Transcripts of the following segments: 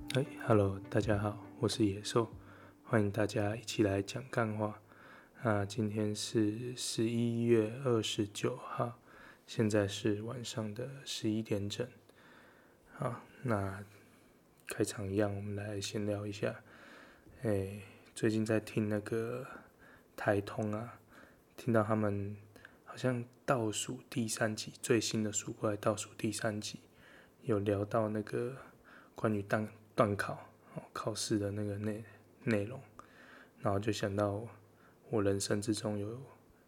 Hello，大家好，我是野兽，欢迎大家一起来讲干话。今天是11月29号，现在是晚上的11点整。好，那开场一样，我们来闲聊一下。最近在听那个台通啊，听到他们好像倒数第三集，最新的数过来倒数第三集，有聊到那个关于段考试的那个内容，然后就想到我人生之中有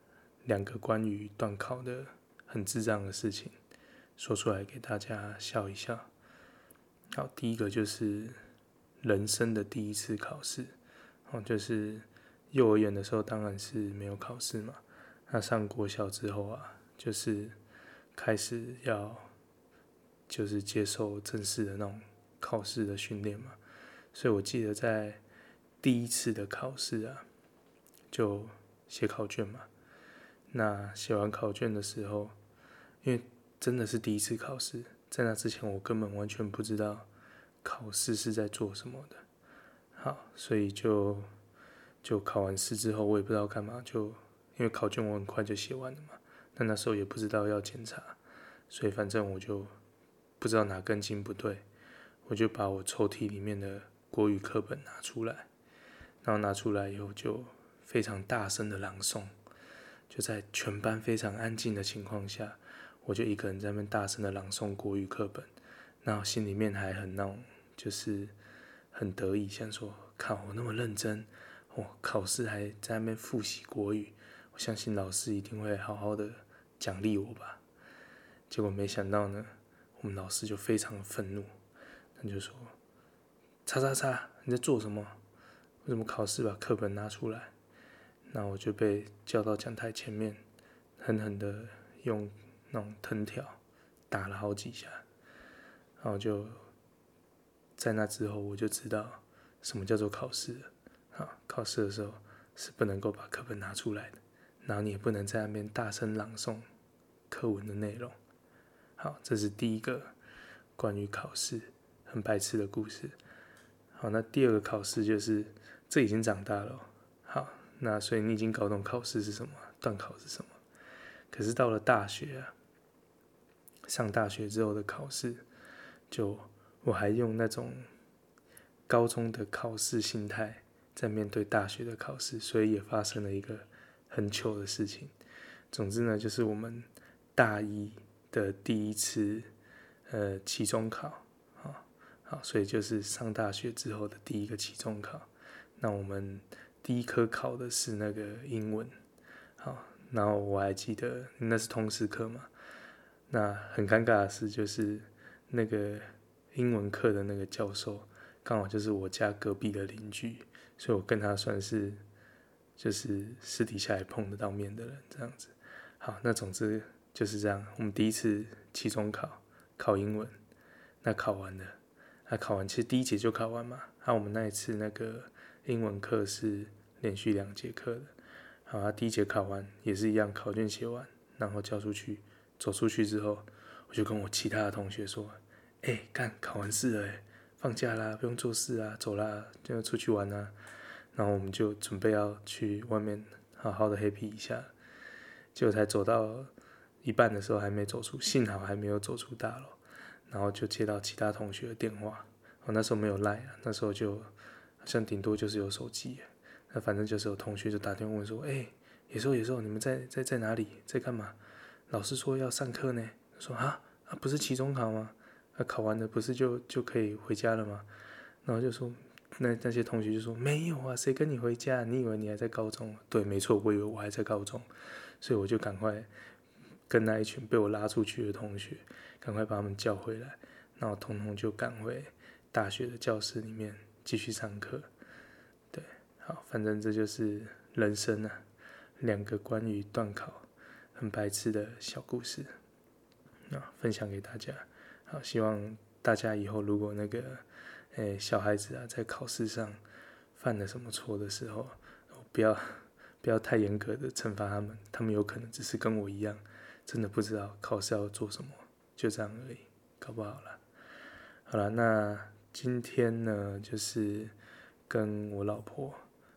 2个关于段考的很智障的事情，说出来给大家笑一笑。好，第一个就是人生的第一次考试，就是幼儿园的时候当然是没有考试嘛，那上国小之后啊，就是开始要就是接受正式的那种考试的训练嘛，所以我记得在第一次的考试啊，就写考卷嘛。那写完考卷的时候，因为真的是第一次考试，在那之前我根本完全不知道考试是在做什么的。好，所以就考完试之后，我也不知道干嘛，就因为考卷我很快就写完了嘛，那时候也不知道要检查，所以反正我就不知道哪根筋不对，我就把我抽屉里面的国语课本拿出来，然后拿出来以后就非常大声的朗诵，就在全班非常安静的情况下，我就一个人在那边大声的朗诵国语课本，然后心里面还很那种就是很得意，想说靠我那么认真，考试还在那边复习国语，我相信老师一定会好好的奖励我吧。结果没想到呢，我们老师就非常愤怒，他就说：叉叉叉，你在做什么？为什么考试把课本拿出来？那我就被叫到讲台前面，狠狠的用那种藤条打了好几下，然后就在那之后我就知道什么叫做考试了。考试的时候是不能够把课本拿出来的，然后你也不能在那边大声朗诵课文的内容。好，这是第一个关于考试很白痴的故事。好，那第二个考试就是这已经长大了。好，那所以你已经搞懂考试是什么，段考是什么。可是到了大学啊，上大学之后的考试，就我还用那种高中的考试心态在面对大学的考试，所以也发生了一个很糗的事情。总之呢，就是我们大一的第一次期中考，好，所以就是上大学之后的第一个期中考。那我们第一科考的是那个英文，好，然后我还记得那是通识课嘛。那很尴尬的是，就是那个英文课的那个教授，刚好就是我家隔壁的邻居，所以我跟他算是就是私底下也碰得到面的人，这样子。好，那总之就是这样。我们第一次期中考英文，那考完了，考完其实第一节就考完嘛。我们那一次那个英文课是连续2节课的。好，第一节考完也是一样，考卷写完，然后交出去。走出去之后，我就跟我其他的同学说：干，考完试了放假啦，不用做事啊，走啦，就要出去玩啊。然后我们就准备要去外面好好的 happy 一下，结果才走到一半的时候还没走出，幸好还没有走出大楼，然后就接到其他同学的电话。那时候没有 LINE 啊，那时候就好像顶多就是有手机，那反正就是有同学就打电话问说：野兽，你们在哪里，在干嘛？老师说要上课呢。说不是期中考吗？考完了不是就可以回家了吗？然后就说那些同学就说没有啊，谁跟你回家？你以为你还在高中？对，没错，我以为我还在高中，所以我就赶快跟那一群被我拉出去的同学，赶快把他们叫回来，然后统统就赶回大学的教室里面继续上课。对，好，反正这就是人生啊，2个关于段考很白痴的小故事，分享给大家。好，希望大家以后如果那个小孩子啊在考试上犯了什么错的时候，不要太严格的惩罚他们，他们有可能只是跟我一样，真的不知道考试要做什么，就这样而已，搞不好啦。好了，那今天呢，就是跟我老婆，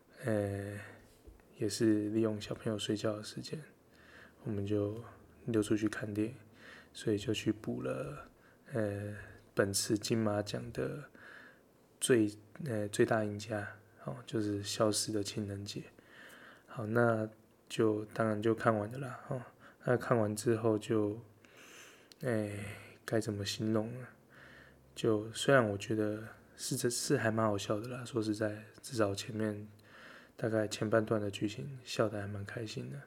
也是利用小朋友睡觉的时间，我们就溜出去看电影，所以就去补了，本次金马奖的最大赢家，就是消失的情人节。好，那就当然就看完了啦，那看完之后就，该怎么形容呢？就虽然我觉得是还蛮好笑的啦，说实在，至少前面大概前半段的剧情笑得还蛮开心的，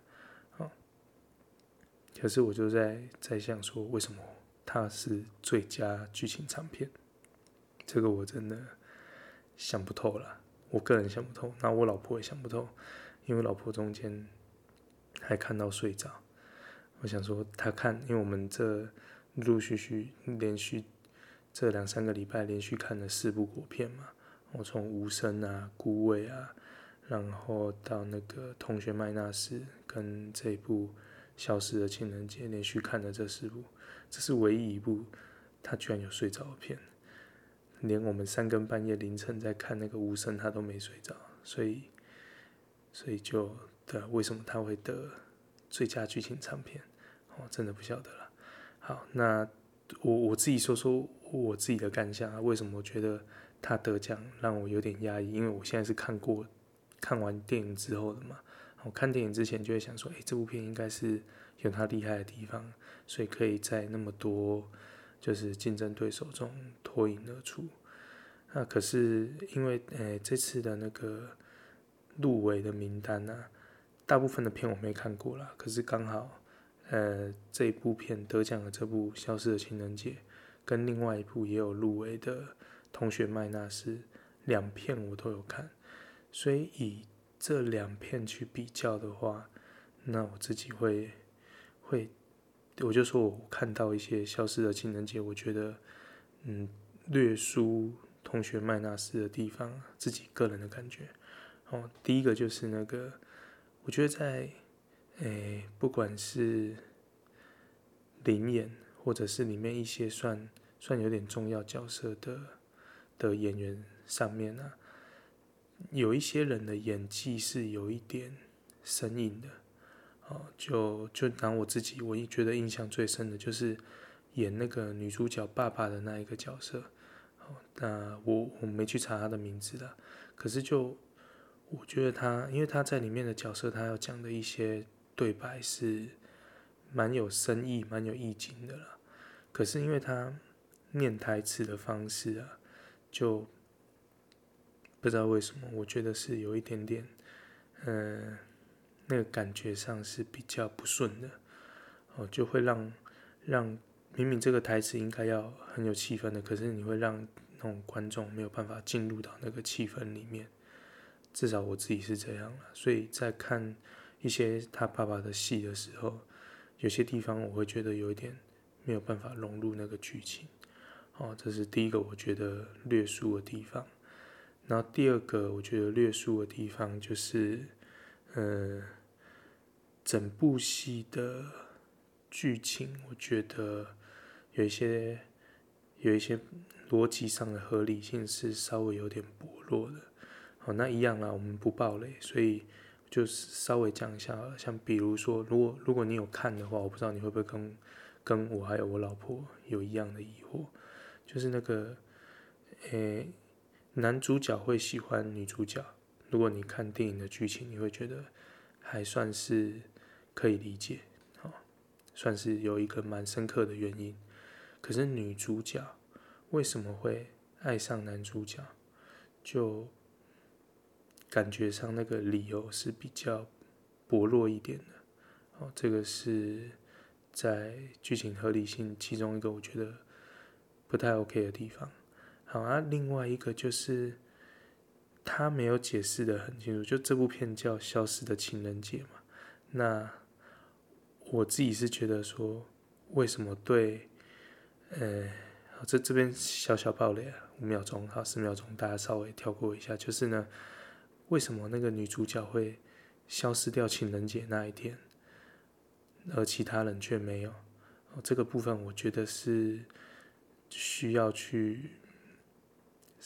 可是我就在想说，为什么它是最佳剧情长片？这个我真的想不透啦，我个人想不透，那我老婆也想不透，因为我老婆中间还看到睡着。我想说，她看，因为我们这陆陆续续连续这2-3个礼拜连续看了4部国片嘛，我从无声啊、孤味啊，然后到那个同学麦纳斯跟这一部消失的情人节，连续看了这4部，这是唯一一部他居然有睡着的片，连我们3更半夜凌晨在看那个无声他都没睡着，所以就对，为什么他会得最佳剧情长片？真的不晓得了。好，那我自己说说我自己的感想啊，为什么我觉得他得奖让我有点压抑？因为我现在是看完电影之后的嘛。我看电影之前就会想说，这部片应该是有它厉害的地方，所以可以在那么多就是竞争对手中脱颖而出。那可是因为这次的那个入围的名单啊，大部分的片我没看过啦，可是刚好这一部片得奖的这部《消失的情人节》，跟另外一部也有入围的《同学麦纳斯》，2片我都有看，所以以这2片去比较的话，那我自己会，我就说我看到一些《消失的情人节》，我觉得略输同学麦纳斯的地方，自己个人的感觉。第一个就是那个，我觉得在不管是灵演，或者是里面一些算有点重要角色的演员上面啊，有一些人的演技是有一点生硬的。就拿我自己，我也觉得印象最深的就是演那个女主角爸爸的那一个角色。那我没去查他的名字啦，可是我觉得他，因为他在里面的角色，他要讲的一些对白是蛮有深意、蛮有意境的啦。可是因为他念台词的方式啊，就不知道为什么，我觉得是有一点点，那个感觉上是比较不顺的，就会让明明这个台词应该要很有气氛的，可是你会让那种观众没有办法进入到那个气氛里面。至少我自己是这样了，所以在看一些他爸爸的戏的时候，有些地方我会觉得有一点没有办法融入那个剧情。这是第一个我觉得略输的地方。然后第二个我觉得略输的地方就是，整部戏的剧情，我觉得有一些逻辑上的合理性是稍微有点薄弱的。那一样啦，我们不爆雷，所以就稍微讲一下，像比如说，如果你有看的话，我不知道你会不会跟我还有我老婆有一样的疑惑，就是那个，男主角会喜欢女主角，如果你看电影的剧情，你会觉得还算是可以理解，算是有一个蛮深刻的原因。可是女主角为什么会爱上男主角，就感觉上那个理由是比较薄弱一点的。这个是在剧情合理性其中一个我觉得不太 OK 的地方。好啊，另外一个就是他没有解释的很清楚，就这部片叫《消失的情人节》嘛，那我自己是觉得说，为什么对，这边小爆雷啊，5秒钟，好，4秒钟，大家稍微跳过一下，就是呢，为什么那个女主角会消失掉情人节那一天，而其他人却没有？这个部分我觉得是需要去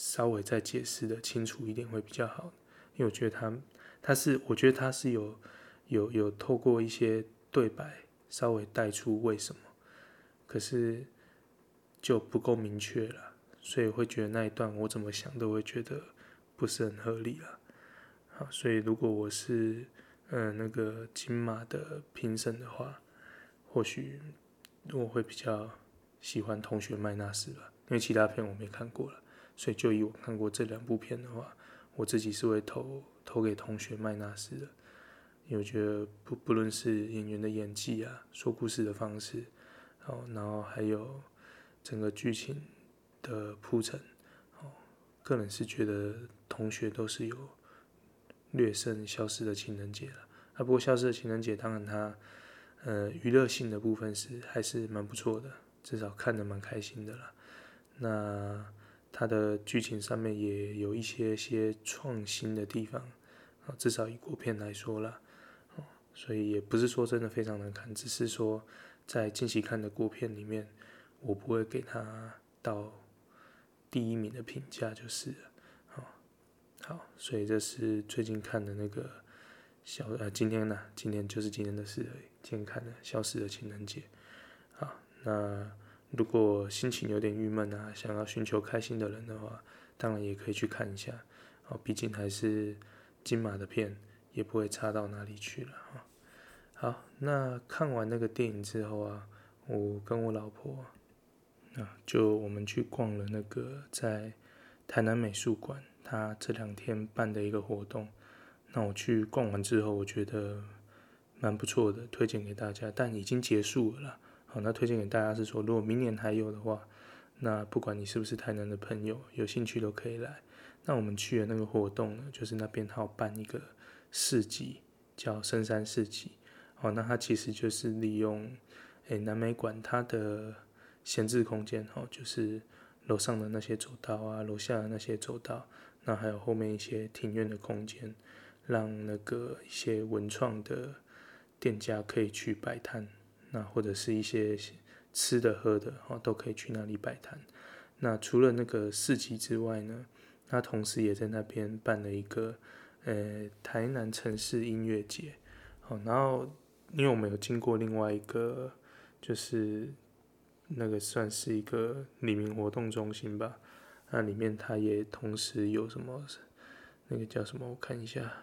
稍微再解释的清楚一点会比较好，因为我觉得我觉得他是有透过一些对白稍微带出为什么，可是就不够明确了，所以会觉得那一段我怎么想都会觉得不是很合理了。好，所以如果我是那个金马的评审的话，或许我会比较喜欢同学麦纳斯吧，因为其他片我没看过了，所以就以我看过这2部片的话，我自己是会投给同学麦纳斯的，因为我觉得不论是演员的演技啊，说故事的方式，然后还有整个剧情的铺陈，个人是觉得同学都是有略胜消失的情人节了。不过消失的情人节当然它娱乐性的部分还是蛮不错的，至少看得蛮开心的啦。那它的剧情上面也有一些创新的地方，至少以国片来说啦，所以也不是说真的非常难看，只是说在近期看的国片里面，我不会给它到第1名的评价就是了。好，所以这是最近看的那个今天就是今天的事而已。今天看的《消失的情人节》。好，那如果心情有点郁闷啊，想要寻求开心的人的话，当然也可以去看一下。毕竟还是金马的片，也不会差到哪里去了。好，那看完那个电影之后啊，我跟我老婆就我们去逛了那个在台南美术馆，他这2天办的一个活动。那我去逛完之后，我觉得蛮不错的，推荐给大家，但已经结束了啦。好，那推荐给大家是说，如果明年还有的话，那不管你是不是台南的朋友，有兴趣都可以来。那我们去的那个活动呢，就是那边他有办一个市集，叫深山市集。那它其实就是利用南美馆它的闲置空间，就是楼上的那些走道啊，楼下的那些走道，那还有后面一些庭院的空间，让那个一些文创的店家可以去摆摊，那或者是一些吃的喝的都可以去那里摆摊。那除了那个市集之外呢，他同时也在那边办了一个台南城市音乐节。然后因为我们有经过另外一个就是那个算是一个里民活动中心吧，那里面它也同时有什么那个叫什么我看一下，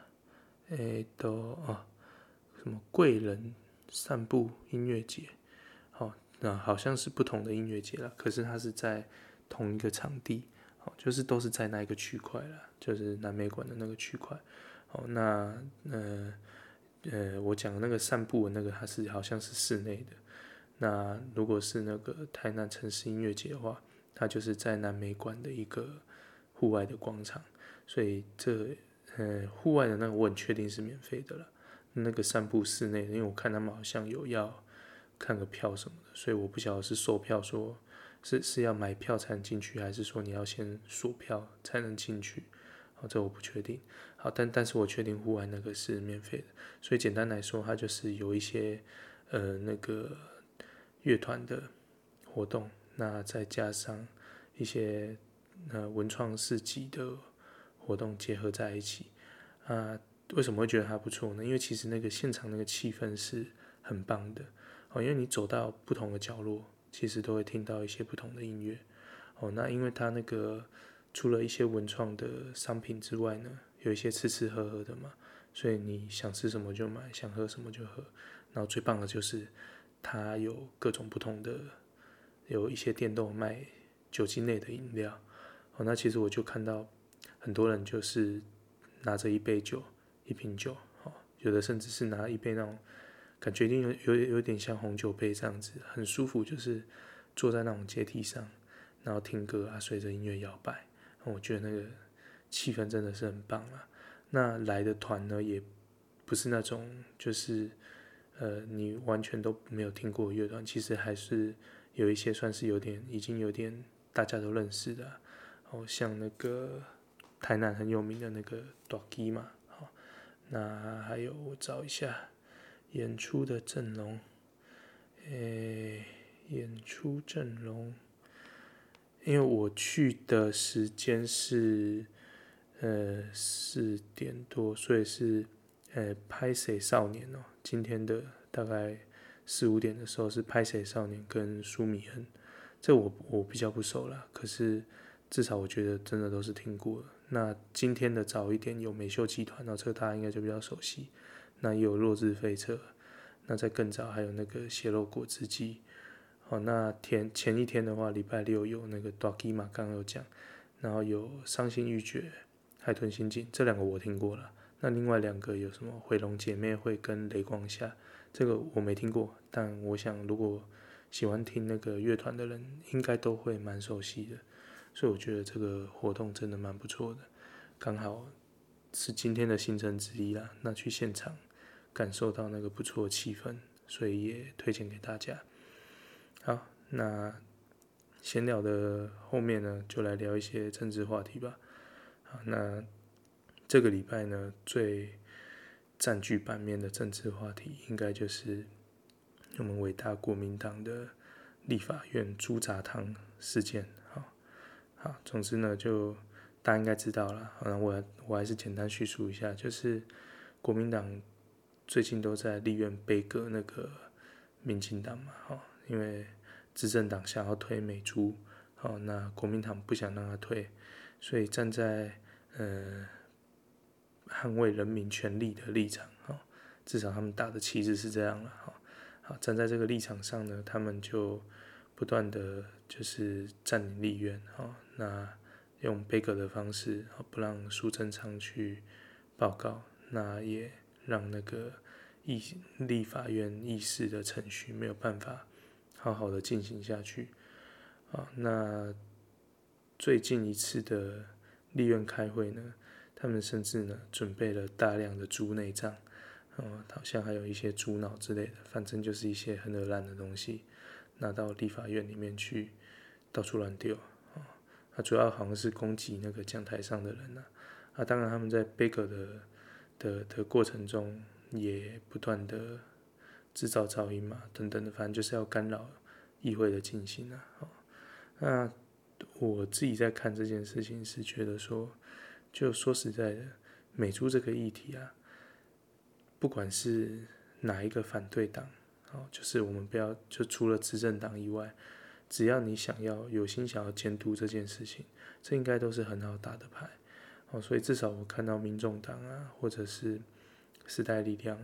什么贵人散步音乐节，那好像是不同的音乐节啦，可是它是在同一个场地，就是都是在那一个区块啦，就是南美馆的那个区块。那我讲的那个散步的那个，它是好像是室内的。那如果是那个台南城市音乐节的话，它就是在南美馆的一个户外的广场，所以户外的那个我很确定是免费的了。那个散步室内的，因为我看他们好像有要看个票什么的，所以我不晓得是售票说是要买票才能进去，还是说你要先锁票才能进去。这我不确定。好，但是我确定户外那个是免费的，所以简单来说，它就是有一些那个乐团的活动，那再加上一些文创市集的活动结合在一起。为什么会觉得它不错呢？因为其实那个现场那个气氛是很棒的。因为你走到不同的角落，其实都会听到一些不同的音乐。那因为它那个除了一些文创的商品之外呢，有一些吃吃喝喝的嘛，所以你想吃什么就买，想喝什么就喝。然后最棒的就是它有各种不同的，有一些店都有卖酒精类的饮料。那其实我就看到很多人就是拿着一杯酒、一瓶酒，有的甚至是拿一杯那种感觉有点像红酒杯这样子，很舒服，就是坐在那种阶梯上，然后听歌啊，随着音乐摇摆。我觉得那个气氛真的是很棒啊。那来的团呢，也不是那种就是你完全都没有听过乐团，其实还是有一些算是已经有点大家都认识的像那个台南很有名的那个大基嘛，那还有我找一下演出的阵容，演出阵容， 因为我去的时间是4点多，所以是拍谁少年哦，今天的大概4、5点的时候是拍谁少年跟苏米恩，这我比较不熟啦，可是至少我觉得真的都是听过的。那今天的早一点有美秀集团，这个大家应该就比较熟悉。那也有落日飞车，那在更早还有那个血肉果汁机。好，那前一天的话，礼拜六有那个 Daki 嘛，刚刚有讲，然后有伤心欲绝、海豚刑警，这2个我听过了。那另外2个有什么回龙姐妹会跟雷光夏，这个我没听过，但我想如果喜欢听那个乐团的人，应该都会蛮熟悉的。所以我觉得这个活动真的蛮不错的，刚好是今天的行程之一啦。那去现场感受到那个不错的气氛，所以也推荐给大家。好，那闲聊的后面呢，就来聊一些政治话题吧。好，那这个礼拜呢，最占据版面的政治话题，应该就是我们伟大国民党的立法院猪杂汤事件。好，总之呢，就大家应该知道了。好，我还是简单叙述一下，就是国民党最近都在立院背革那个民进党嘛，因为执政党想要推美猪，那国民党不想让他推，所以站在捍卫人民权利的立场，至少他们打的旗帜是这样了。好，站在这个立场上呢，他们就不断的就是占领立院，那用背革的方式，不让苏贞昌去报告，那也让那个立法院议事的程序没有办法好好的进行下去。那最近一次的立院开会呢，他们甚至呢准备了大量的猪内脏，好像还有一些猪脑之类的，反正就是一些很恶烂的东西，拿到立法院里面去到处乱丢。主要好像是攻击那个讲台上的人当然他们在背革的过程中也不断的制造噪音嘛，等等的，反正就是要干扰议会的进行那我自己在看这件事情是觉得说，就说实在的，美猪这个议题不管是哪一个反对党，就是我们不要就除了执政党以外，只要你有心想要监督这件事情，这应该都是很好打的牌。所以至少我看到民众党或者是时代力量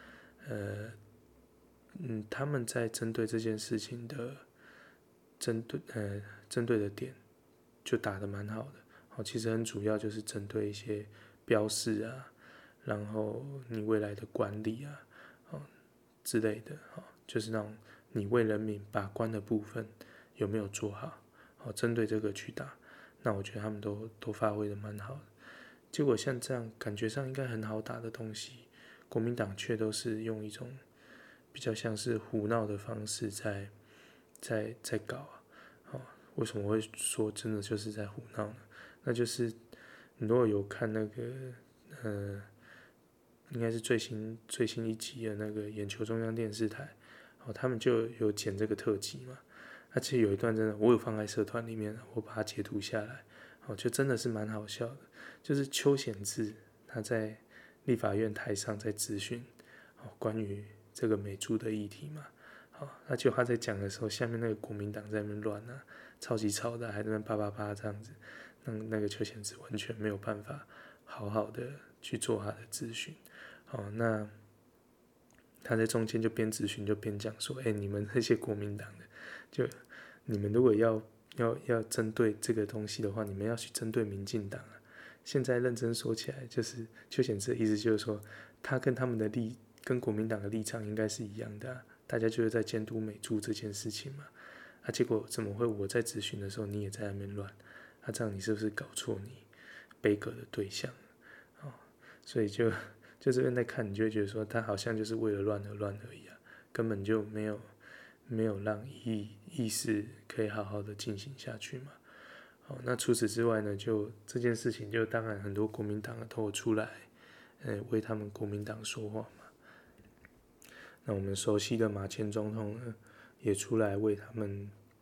他们在针对这件事情的针对的点就打得蛮好的。其实很主要就是针对一些标示然后你未来的管理之类的，就是那种你为人民把关的部分有没有做好，针对这个去打，那我觉得他们都发挥的蛮好的。结果像这样感觉上应该很好打的东西，国民党却都是用一种比较像是胡闹的方式在搞为什么会说真的就是在胡闹呢？那就是你如果有看那个应该是最新一集的那个眼球中央电视台，他们就有剪这个特辑嘛。其实有一段真的我有放在社团里面，我把它截图下来，就真的是蛮好笑的。就是邱显智他在立法院台上在质询关于这个美猪的议题嘛，那就他在讲的时候，下面那个国民党在那边乱超级吵的，还在那边叭叭叭这样子，那个邱显智完全没有办法好好的去做他的质询。那他在中间就边质询就边讲说，你们那些国民党的，就你们如果要针对这个东西的话，你们要去针对民进党现在认真说起来，就是邱显智的意思就是说，他跟他们的跟国民党的立场应该是一样的大家就是在监督美猪这件事情嘛。结果怎么会我在质询的时候你也在那边乱？这样你是不是搞错你背革的对象？所以就这边在看，你就会觉得说他好像就是为了乱而乱而已根本就没有让议事可以好好的进行下去嘛。那除此之外呢，就这件事情就当然很多国民党都有出来为他们国民党说话嘛。那我们熟悉的马前总统呢也出来为他们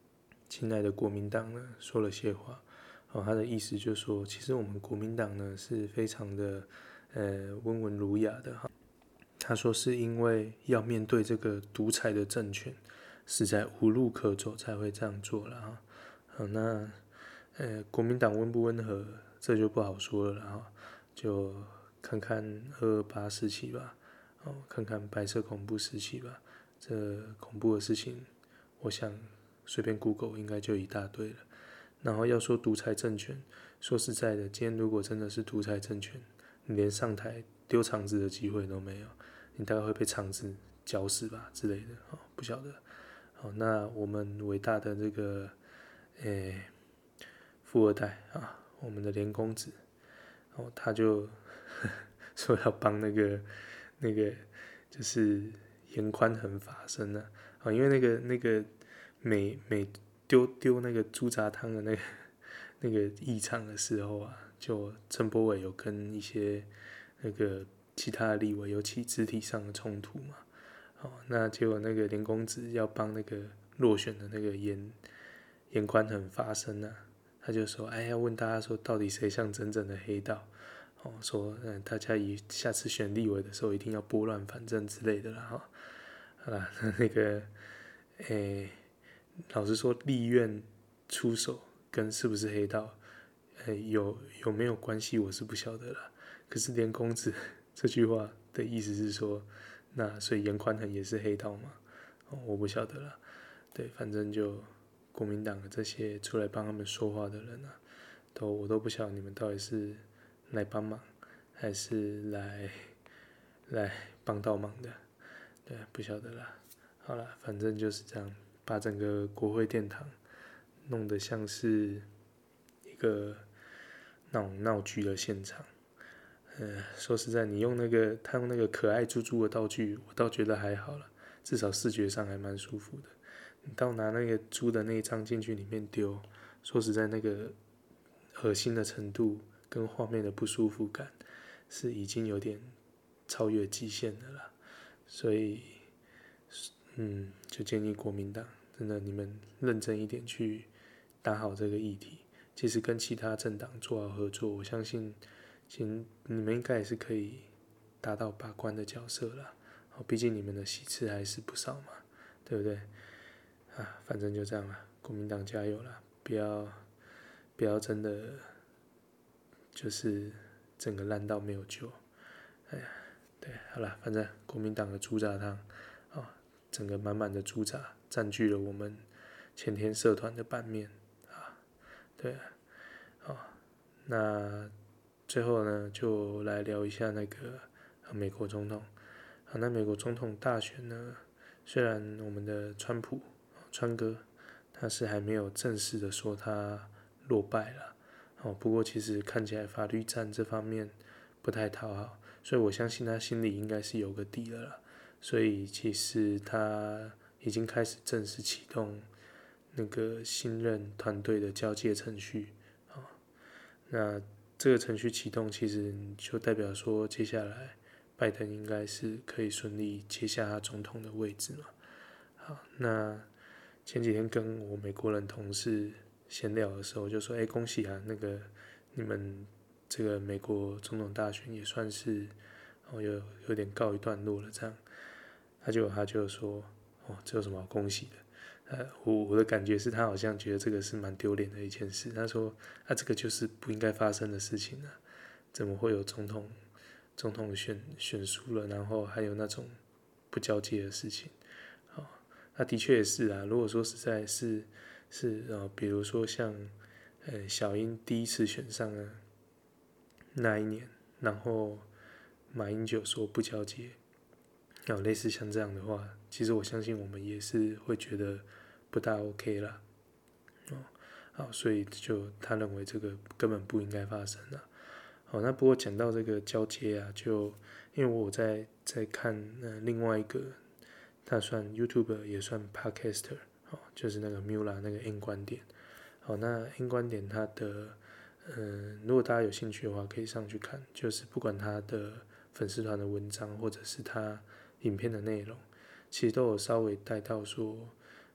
亲爱的国民党呢说了些话。他的意思就是说，其实我们国民党呢是非常的温文儒雅的。他说是因为要面对这个独裁的政权，实在无路可走才会这样做了哈。那国民党温不温和，这就不好说了哈。就看看228时期吧，看看白色恐怖时期吧。这恐怖的事情，我想随便 Google 应该就一大堆了。然后要说独裁政权，说实在的，今天如果真的是独裁政权，你连上台丢肠子的机会都没有，你大概会被肠子绞死吧之类的，不晓得。那我们伟大的这个富二代啊，我们的连公子，他就说要帮那个就是严宽恒发声啊，因为那个每丢那个猪杂汤的那个异常的时候啊，就陈柏伟有跟一些那个其他的立委有起肢体上的冲突嘛，那结果那个连公子要帮那个落选的那个严宽恒发声啊，他就说，要问大家说到底谁像真正的黑道，说大家下次选立委的时候一定要拨乱反正之类的啦哈，好啦，那个老实说，立院出手跟是不是黑道，有没有关系，我是不晓得啦。可是连公子这句话的意思是说，那所以严宽恒也是黑道吗？我不晓得啦。对，反正就国民党的这些出来帮他们说话的人啊，我都不晓得你们到底是来帮忙，还是来帮倒忙的。对，不晓得啦。好啦，反正就是这样。把整个国会殿堂弄得像是一个那种闹剧的现场。说实在，他用那个可爱猪猪的道具，我倒觉得还好了，至少视觉上还蛮舒服的。你到拿那个猪的内脏进去里面丢，说实在，那个恶心的程度跟画面的不舒服感，是已经有点超越极限的啦。所以，就建议国民党真的你们认真一点去打好这个议题。其实跟其他政党做好合作，我相信，你们应该也是可以达到把关的角色啦。毕竟你们的席次还是不少嘛，对不对？反正就这样啦，国民党加油啦！不要真的就是整个烂到没有救。对，好了，反正国民党的猪杂汤，整个满满的猪杂占据了我们前天社团的版面啊。对，那最后呢，就来聊一下那个美国总统。那美国总统大选呢，虽然我们的川哥他是还没有正式的说他落败了，不过其实看起来法律战这方面不太讨好，所以我相信他心里应该是有个底了啦。所以其实他已经开始正式启动那个新任团队的交接程序。那这个程序启动，其实就代表说接下来拜登应该是可以顺利接下他总统的位置嘛。好，那前几天跟我美国人同事闲聊的时候，就说：“恭喜啊，那个你们这个美国总统大选也算是有点告一段落了。”这样，他就说：“这有什么好恭喜的？”我的感觉是他好像觉得这个是蛮丢脸的一件事。他说：“这个就是不应该发生的事情啊，怎么会有总统选输了，然后还有那种不交接的事情？”那的确也是啊。如果说实在是比如说像小英第一次选上了那一年，然后马英九说不交接，类似像这样的话，其实我相信我们也是会觉得不大 OK 啦。所以就他认为这个根本不应该发生啦。那不过讲到这个交接啊，就因为我在看另外一个，他算 YouTuber 也算 Podcaster，就是那个 Mula 那个 N 观点。那 N 观点他的如果大家有兴趣的话，可以上去看，就是不管他的粉丝团的文章或者是他影片的内容，其实都有稍微带到说，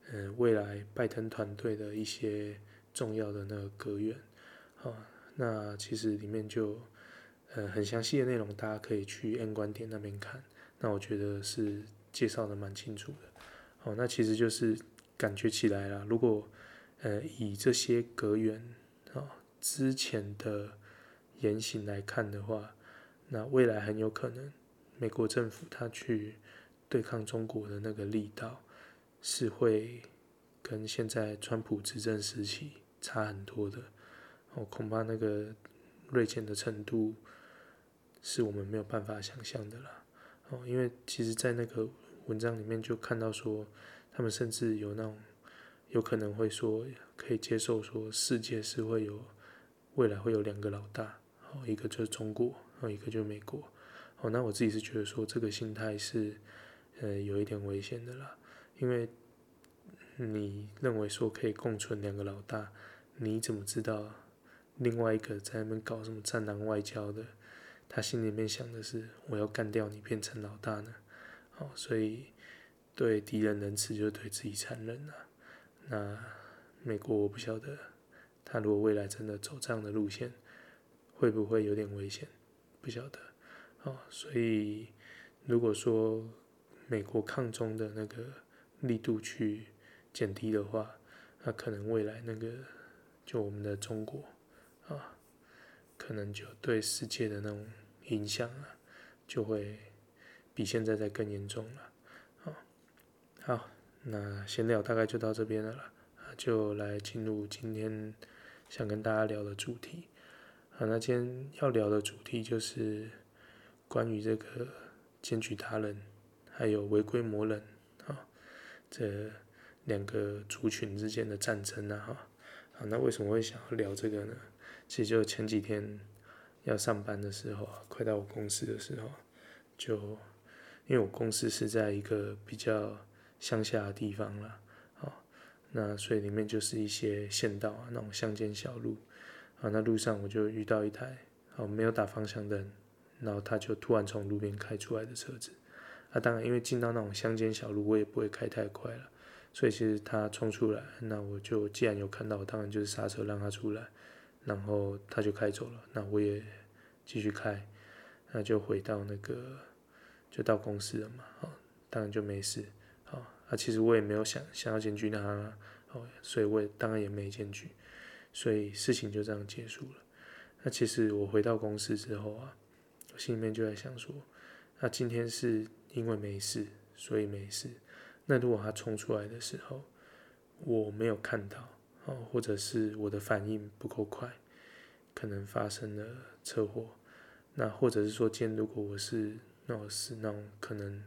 未来拜登团队的一些重要的那个阁员，那其实里面就很详细的内容，大家可以去 N 观点那边看。那我觉得是介绍的蛮清楚的。那其实就是感觉起来啦，如果以这些阁员之前的言行来看的话，那未来很有可能美国政府他去对抗中国的那个力道是会跟现在川普执政时期差很多的。恐怕那个锐减的程度是我们没有办法想象的啦。因为其实，在那个文章里面就看到说，他们甚至有那种有可能会说可以接受说世界是会有未来会有两个老大，一个就是中国，一个就是美国。那我自己是觉得说这个心态是有一点危险的啦，因为你认为说可以共存两个老大，你怎么知道另外一个在那边搞什么战狼外交的，他心里面想的是我要干掉你变成老大呢？所以对敌人仁慈就对自己残忍啊。那美国我不晓得，他如果未来真的走这样的路线，会不会有点危险？不晓得。所以如果说美国抗中的那个力度去减低的话，那可能未来那个就我们的中国可能就对世界的那种影响就会比现在再更严重了。好，那闲聊大概就到这边了啦，就来进入今天想跟大家聊的主题。那今天要聊的主题就是关于这个检举达人还有违规魔人这两个族群之间的战争那为什么会想要聊这个呢？其实就前几天要上班的时候快到我公司的时候，就因为我公司是在一个比较乡下的地方啦，那所以里面就是一些县道那种乡间小路，那路上我就遇到一台没有打方向灯，然后他就突然从路边开出来的车子。当然因为进到那种乡间小路，我也不会开太快了，所以其实他冲出来，那我就既然有看到，我当然就是刹车让他出来，然后他就开走了，那我也继续开，那就回到那个就到公司了嘛，当然就没事。其实我也没有想要检举他，所以我也当然也没检举，所以事情就这样结束了。那其实我回到公司之后我心里面就在想说，那今天是因为没事，所以没事。那如果他冲出来的时候，我没有看到，或者是我的反应不够快，可能发生了车祸。那或者是说，今天如果我是那种可能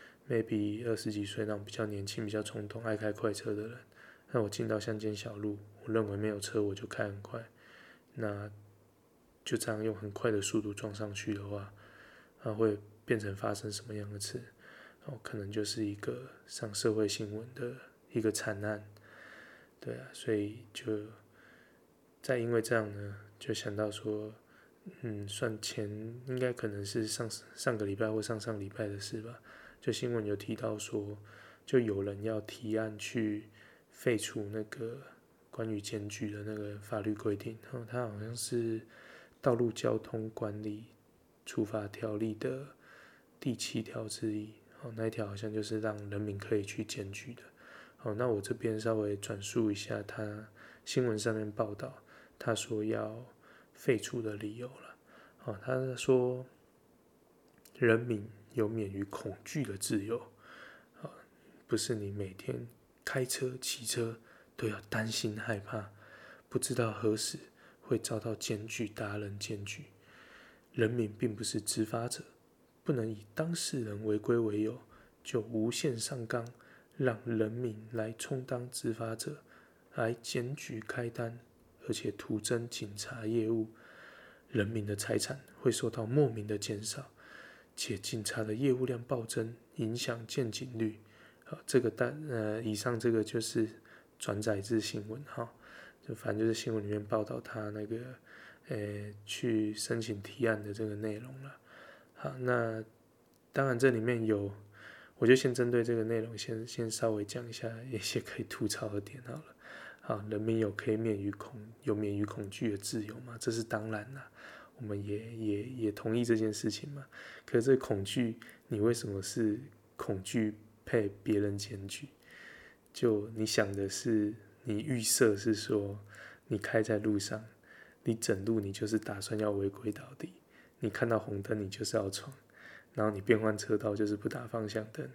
maybe 20几岁那种比较年轻、比较冲动、爱开快车的人，那我进到乡间小路，我认为没有车我就开很快，那就这样用很快的速度撞上去的话，会变成发生什么样的事？可能就是一个上社会新闻的一个惨案，对啊，所以就再因为这样呢，就想到说，算前应该可能是上个礼拜或上上礼拜的事吧，就新闻有提到说，就有人要提案去废除那个关于检举的那个法律规定，它好像是道路交通管理处罚条例的第7条之一，那一条好像就是让人民可以去检举的。那我这边稍微转述一下他新闻上面报道，他说要废除的理由了。他说人民有免于恐惧的自由，不是你每天开车骑车都要担心害怕，不知道何时会遭到检举达人检举。人民并不是执法者，不能以当事人违规为由就无限上纲，让人民来充当执法者，来检举开单，而且徒增警察业务。人民的财产会受到莫名的减少，且警察的业务量暴增，影响见警率。以上这个就是转载自新闻就反正就是新闻里面报道他那个去申请提案的这个内容了。好，那当然这里面有我就先针对这个内容先稍微讲一下一些可以吐槽的点好了。好，人民可以免于恐惧的自由嘛？这是当然啦，我们也同意这件事情嘛。可是这恐惧，你为什么是恐惧被别人检举？就你想的是，你预设是说，你开在路上，你整路你就是打算要违规倒地，你看到红灯你就是要闯，然后你变换车道就是不打方向灯，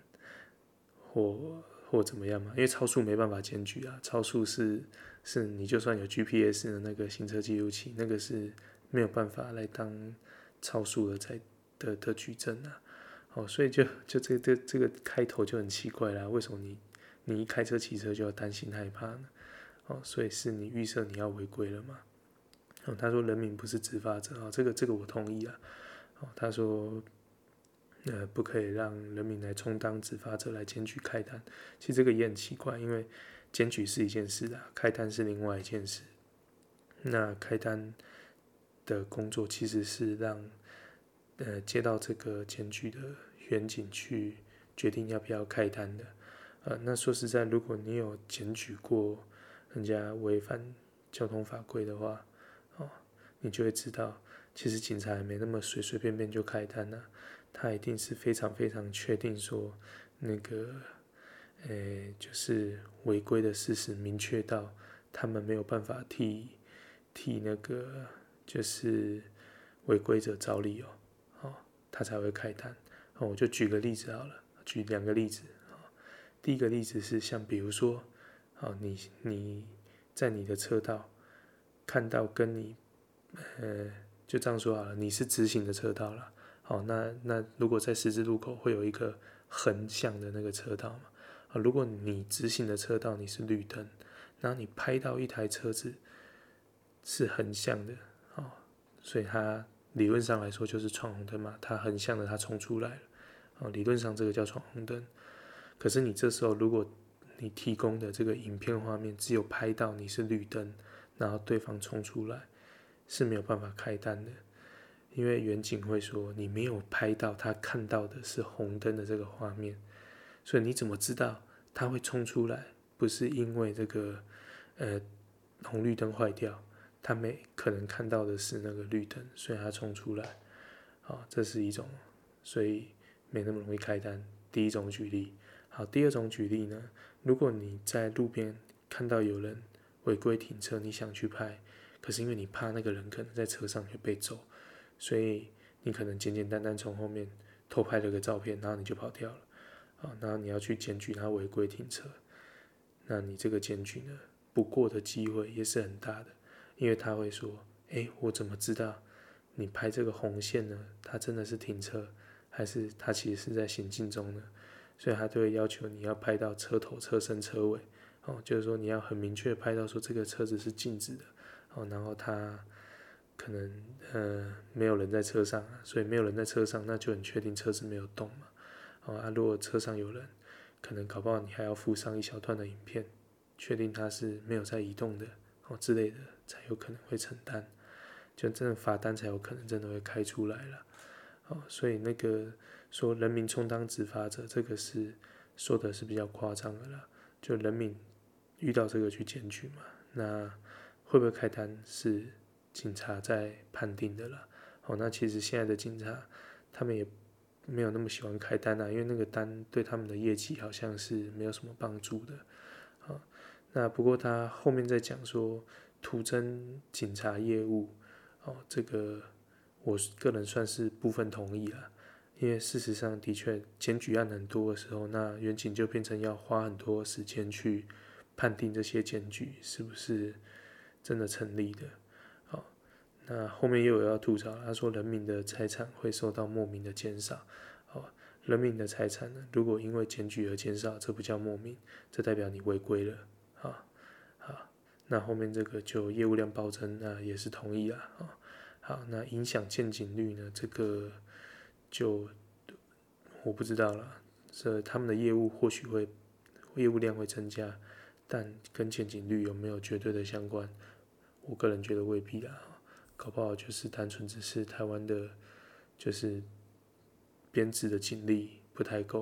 或怎么样嘛？因为超速没办法检举啊，超速是你就算有 GPS 的那个行车记录器，那个是没有办法来当超速的举证啊。所以就这个开头就很奇怪啦，为什么你一开车骑车就要担心害怕呢？所以是你预设你要违规了嘛？他说人民不是执法者，这个我同意啊。他说不可以让人民来充当执法者来检举开单，其实这个也很奇怪，因为检举是一件事啊，开单是另外一件事。那开单的工作其实是让接到这个检举的员警去决定要不要开单的。那说实在，如果你有检举过人家违反交通法规的话，你就会知道，其实警察也没那么随随便便就开单啊，他一定是非常非常确定说那个，就是违规的事实明确到他们没有办法替那个就是违规者找理由，他才会开单。我就举个例子好了，举2个例子。第一个例子是像比如说，你在你的车道看到跟你，就这样说好了，你是直行的车道了，那如果在十字路口会有一个横向的那个车道嘛，如果你直行的车道你是绿灯，然后你拍到一台车子是横向的，所以它理论上来说就是闯红灯嘛，它横向的它冲出来了，理论上这个叫闯红灯。可是你这时候如果你提供的这个影片画面只有拍到你是绿灯，然后对方冲出来，是没有办法开单的，因为远景会说你没有拍到他看到的是红灯的这个画面，所以你怎么知道他会冲出来？不是因为这个红绿灯坏掉，他可能看到的是那个绿灯，所以他冲出来，这是一种，所以没那么容易开单。第一种举例。好，第二种举例呢，如果你在路边看到有人违规停车，你想去拍，可是因为你怕那个人可能在车上会被揍，所以你可能简简单单从后面偷拍了个照片，然后你就跑掉了，然后你要去检举他违规停车，那你这个检举呢，不过的机会也是很大的，因为他会说，我怎么知道你拍这个红线呢？他真的是停车，还是他其实是在行进中呢？所以他就会要求你要拍到车头、车身、车尾，就是说你要很明确拍到说这个车子是静止的，然后他可能没有人在车上啊，所以没有人在车上，那就很确定车子没有动嘛，如果车上有人，可能搞不好你还要附上一小段的影片，确定他是没有在移动的之类的，才有可能会承担，就真的罚单才有可能真的会开出来了。所以那个说人民充当执法者，这个是说的是比较夸张的啦。就人民遇到这个去检举嘛，那会不会开单是警察在判定的啦。那其实现在的警察他们也没有那么喜欢开单因为那个单对他们的业绩好像是没有什么帮助的。那不过他后面在讲说徒增警察业务，这个我个人算是部分同意啦，因为事实上的确检举案很多的时候，那远景就变成要花很多时间去判定这些检举是不是真的成立的。那后面又有要吐槽，他说人民的财产会受到莫名的减少。人民的财产呢，如果因为检举而减少，这不叫莫名，这代表你违规了。那后面这个就业务量暴增，那也是同意啦。好，那影响见警率呢？这个就我不知道了。他们的业务或许会业务量会增加，但跟见警率有没有绝对的相关？我个人觉得未必啦。搞不好就是单纯只是台湾的，就是编制的警力不太够，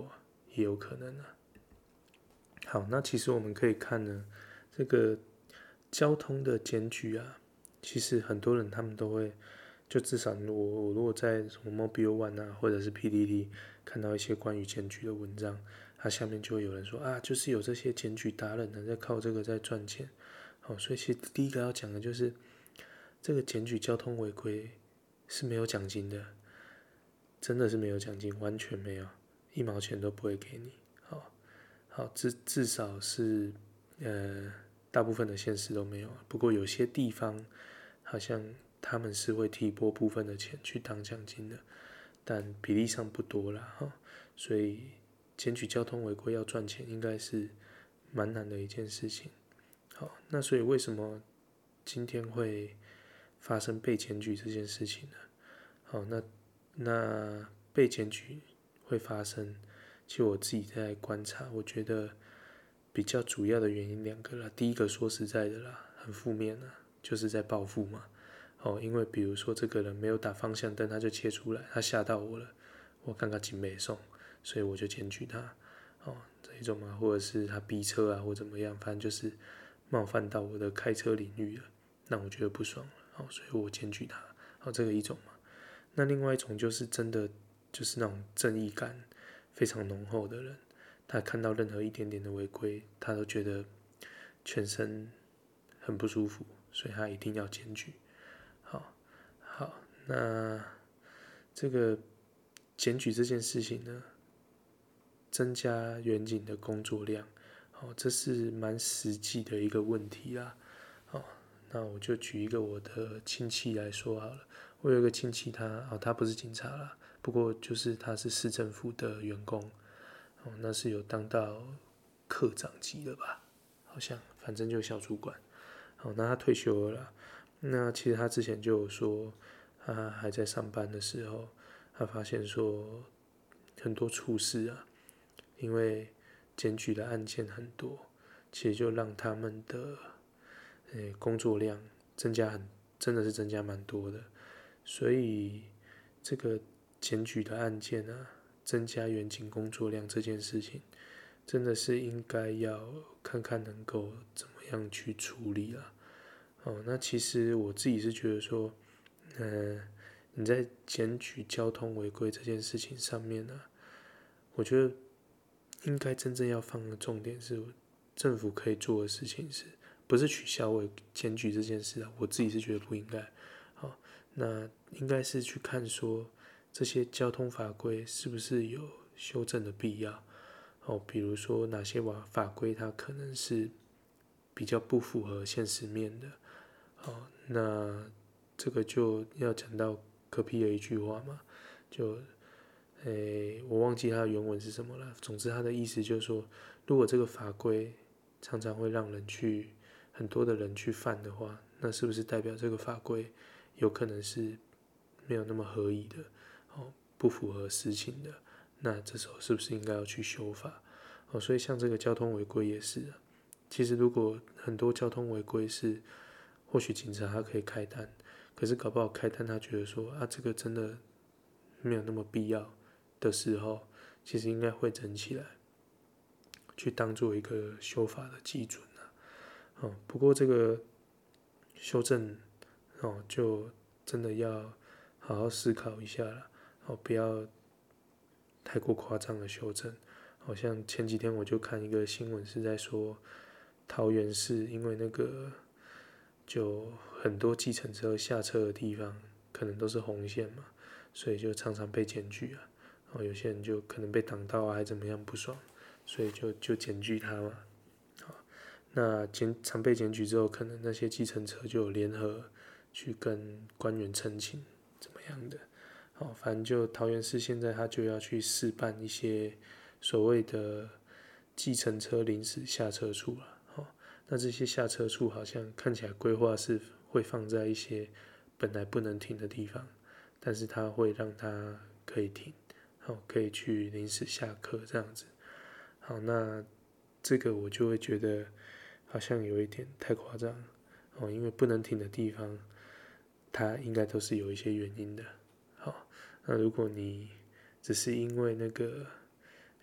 也有可能啊。好，那其实我们可以看呢，这个交通的检举啊，其实很多人他们都会，就至少我如果在什么 Mobile One 啊，或者是 PTT 看到一些关于检举的文章，它下面就会有人说啊，就是有这些检举达人呢，在靠这个在赚钱。好，所以其实第一个要讲的就是这个检举交通违规是没有奖金的，真的是没有奖金，完全没有，1毛钱都不会给你。好，至少是大部分的县市都没有，不过有些地方好像他们是会提拨部分的钱去当奖金的，但比例上不多啦哈。所以检举交通违规要赚钱，应该是蛮难的一件事情。好，那所以为什么今天会发生被检举这件事情呢？好，那被检举会发生，其实我自己在观察，我觉得比较主要的原因2个啦。第一个说实在的啦，很负面啦，就是在报复嘛。因为比如说这个人没有打方向灯，他就切出来，他吓到我了，我刚刚警没送，所以我就检举他。这一种嘛，或者是他逼车啊，或怎么样，反正就是冒犯到我的开车领域了，那我觉得不爽了，所以我检举他。这个一种嘛。那另外一种就是真的就是那种正义感非常浓厚的人，他看到任何一点点的违规，他都觉得全身很不舒服，所以他一定要检举。好，那这个检举这件事情呢，增加远景的工作量，这是蛮实际的一个问题啦。那我就举一个我的亲戚来说好了。我有一个亲戚他不是警察啦，不过就是他是市政府的员工，那是有当到科长级的吧，好像反正就小主管。那他退休了啦。那其实他之前就有说，他还在上班的时候，他发现说很多处事啊，因为检举的案件很多，其实就让他们的工作量真的是增加蛮多的。所以这个检举的案件啊，增加远景工作量这件事情，真的是应该要看看能够怎么样去处理啦。那其实我自己是觉得说，你在检举交通违规这件事情上面呢，我觉得应该真正要放的重点是，政府可以做的事情是不是取消检举这件事啊？我自己是觉得不应该。那应该是去看说这些交通法规是不是有修正的必要。比如说哪些法规它可能是比较不符合现实面的。那这个就要讲到柯 P 的一句话嘛，就我忘记他的原文是什么了。总之他的意思就是说，如果这个法规常常会让很多的人去犯的话，那是不是代表这个法规有可能是没有那么合理的，不符合实情的？那这时候是不是应该要去修法？所以像这个交通违规也是啊。其实如果很多交通违规是，或许警察他可以开单，可是搞不好开单他觉得说这个真的没有那么必要的时候，其实应该汇整起来，去当做一个修法的基准啊。不过这个修正就真的要好好思考一下了，不要太过夸张的修正。好像前几天我就看一个新闻是在说，桃园市因为那个就很多计程车下车的地方可能都是红线嘛，所以就常常被检举啊。有些人就可能被挡到还怎么样不爽，所以就检举他嘛。那常被检举之后，可能那些计程车就有联合去跟官员澄清怎么样的。反正就桃园市现在他就要去试办一些所谓的计程车临时下车处了。那这些下车处好像看起来规划是会放在一些本来不能停的地方，但是它会让它可以停，可以去临时下课这样子。那这个我就会觉得好像有一点太夸张，因为不能停的地方，它应该都是有一些原因的。那如果你只是因为那个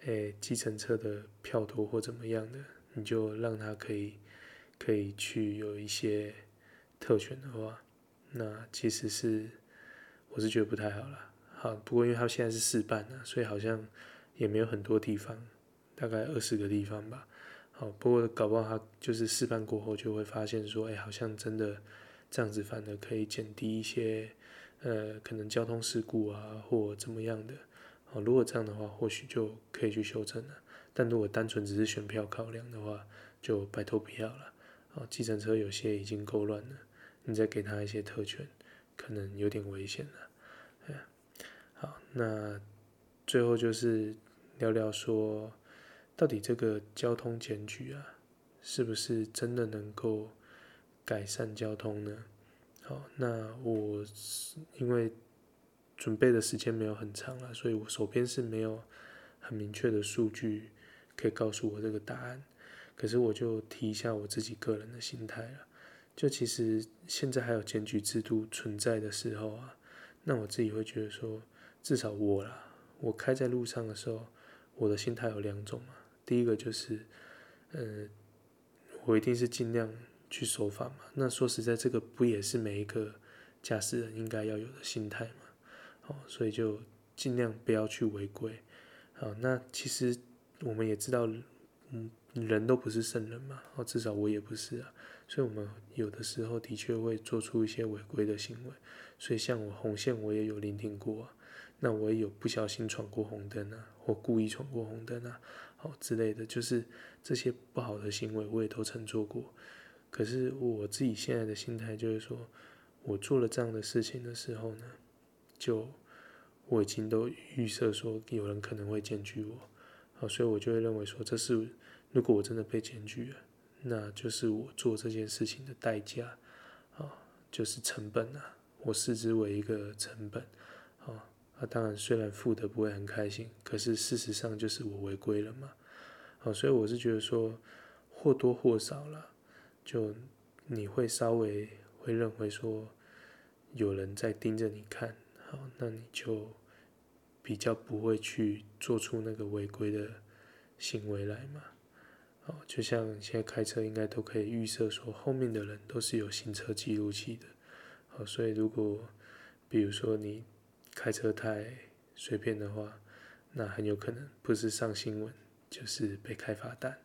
计程车的票多或怎么样的，你就让他可以去有一些特权的话，那其实我是觉得不太好啦。好，不过因为他现在是试办啊，所以好像也没有很多地方，大概20个地方吧。好，不过搞不好他就是试办过后就会发现说，好像真的这样子反而可以减低一些可能交通事故啊或怎么样的。好，如果这样的话，或许就可以去修正了。但如果单纯只是选票考量的话，就拜托不要了。好，计程车有些已经够乱了，你再给他一些特权，可能有点危险了。好，那最后就是聊聊说，到底这个交通检举啊，是不是真的能够改善交通呢？好，那我因为准备的时间没有很长了，所以我手边是没有很明确的数据可以告诉我这个答案。可是我就提一下我自己个人的心态了。就其实现在还有检举制度存在的时候啊，那我自己会觉得说，至少我啦，我开在路上的时候，我的心态有2种嘛。第一个就是，呃，我一定是尽量去守法嘛。那说实在，这个不也是每一个驾驶人应该要有的心态嘛？所以就尽量不要去违规。好，那其实我们也知道，人都不是圣人嘛，至少我也不是啊。所以我们有的时候的确会做出一些违规的行为。所以像我红线我也有聆听过啊，那我也有不小心闯过红灯啊，或故意闯过红灯啊，之类的，就是这些不好的行为我也都曾做过。可是我自己现在的心态就是说，我做了这样的事情的时候呢，就我已经都预设说有人可能会检举我，所以我就会认为说，这是如果我真的被检举了，那就是我做这件事情的代价，就是成本啊，我视之为一个成本，当然虽然付的不会很开心，可是事实上就是我违规了嘛，所以我是觉得说或多或少啦，就你会稍微会认为说有人在盯着你看，好，那你就比较不会去做出那个违规的行为来嘛。就像现在开车应该都可以预设说后面的人都是有行车记录器的，所以如果比如说你开车太随便的话，那很有可能不是上新闻就是被开罚单。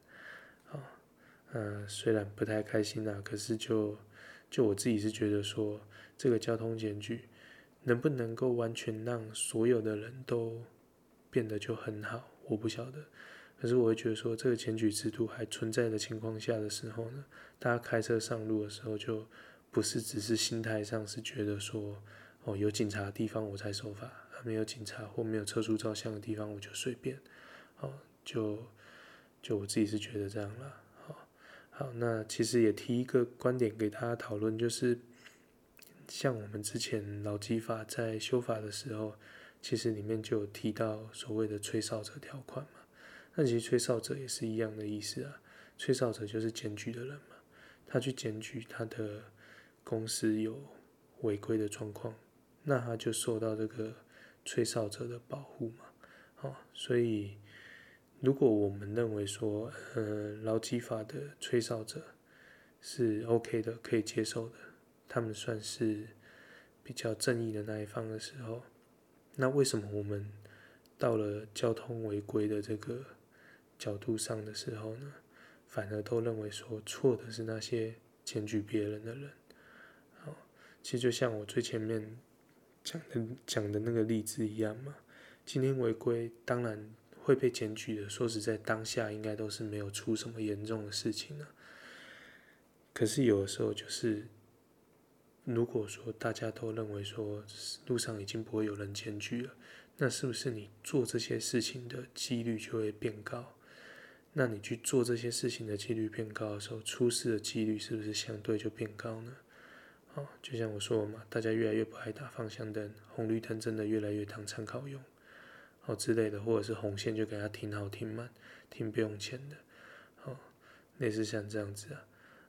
虽然不太开心啦，可是就我自己是觉得说，这个交通检举能不能够完全让所有的人都变得就很好，我不晓得。可是我会觉得说，这个检举制度还存在的情况下的时候呢，大家开车上路的时候，就不是只是心态上是觉得说，有警察的地方我才守法，没有警察或没有测速照相的地方我就随便，就我自己是觉得这样啦。好，那其实也提一个观点给大家讨论，就是像我们之前劳基法在修法的时候，其实里面就有提到所谓的吹哨者条款嘛。那其实吹哨者也是一样的意思啊，吹哨者就是检举的人嘛，他去检举他的公司有违规的状况，那他就受到这个吹哨者的保护嘛。所以如果我们认为说，劳基法的吹哨者是 OK 的，可以接受的，他们算是比较正义的那一方的时候，那为什么我们到了交通违规的这个角度上的时候呢，反而都认为说错的是那些检举别人的人？其实就像我最前面讲的那个例子一样嘛，今天违规当然会被检举的，说实在，当下应该都是没有出什么严重的事情了。可是有的时候就是，如果说大家都认为说路上已经不会有人检举了，那是不是你做这些事情的几率就会变高？那你去做这些事情的几率变高的时候，出事的几率是不是相对就变高呢？就像我说的嘛，大家越来越不爱打方向灯，红绿灯真的越来越当参考用。之类的，或者是红线就给他停好停满，停不用钱的，类似像这样子啊，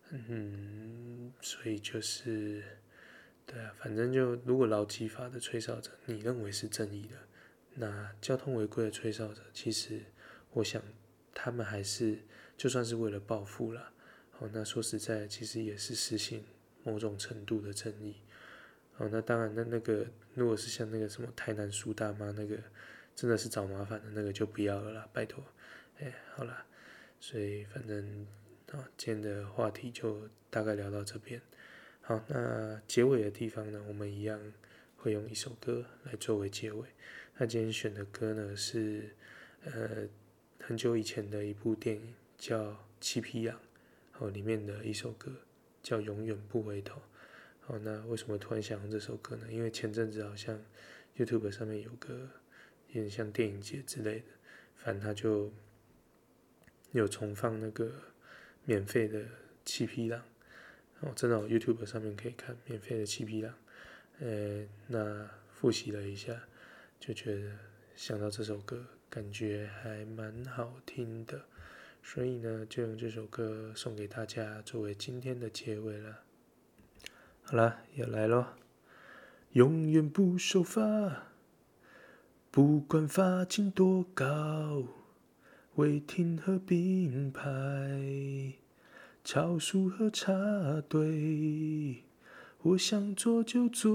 所以就是对啊，反正就如果劳基法的吹哨者你认为是正义的，那交通违规的吹哨者，其实我想他们还是就算是为了报复啦，那说实在，其实也是实行某种程度的正义。那当然，那个如果是像那个什么台南苏大妈那个，真的是找麻烦的那个就不要了啦，拜托。好啦，所以反正今天的话题就大概聊到这边。好，那结尾的地方呢，我们一样会用一首歌来作为结尾。那今天选的歌呢是很久以前的一部电影叫《七匹狼》，里面的一首歌叫《永远不回头》。好，那为什么突然想用这首歌呢？因为前阵子好像 YouTube 上面有个有点像电影节之类的，反正他就有重放那个免费的七匹狼。真的YouTube 上面可以看免费的七匹狼。那复习了一下，就觉得想到这首歌，感觉还蛮好听的，所以呢，就用这首歌送给大家作为今天的结尾了。好啦，要来咯，永远不守法，不管法镜多高，违停和并排，超速和插队，我想做就做，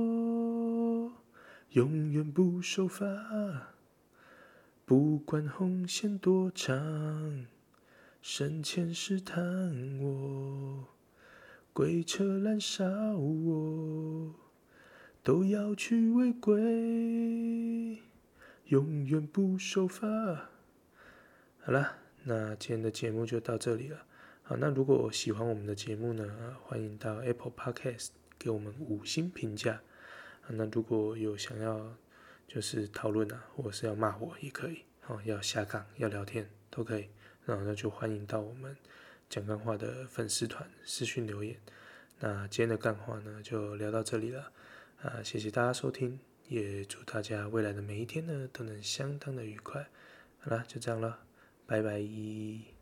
永远不守法，不管红线多长，省钱试探我，鬼车拦梢我，都要去违规，永远不守法。好啦，那今天的节目就到这里了。好，那如果喜欢我们的节目呢，欢迎到 Apple Podcast 给我们5星评价。那如果有想要就是讨论或是要骂我也可以，要下岗要聊天都可以。那就欢迎到我们讲干话的粉丝团私讯留言。那今天的干话呢就聊到这里了。谢谢大家收听，也祝大家未来的每一天呢都能相当的愉快。好啦，就这样了，拜拜。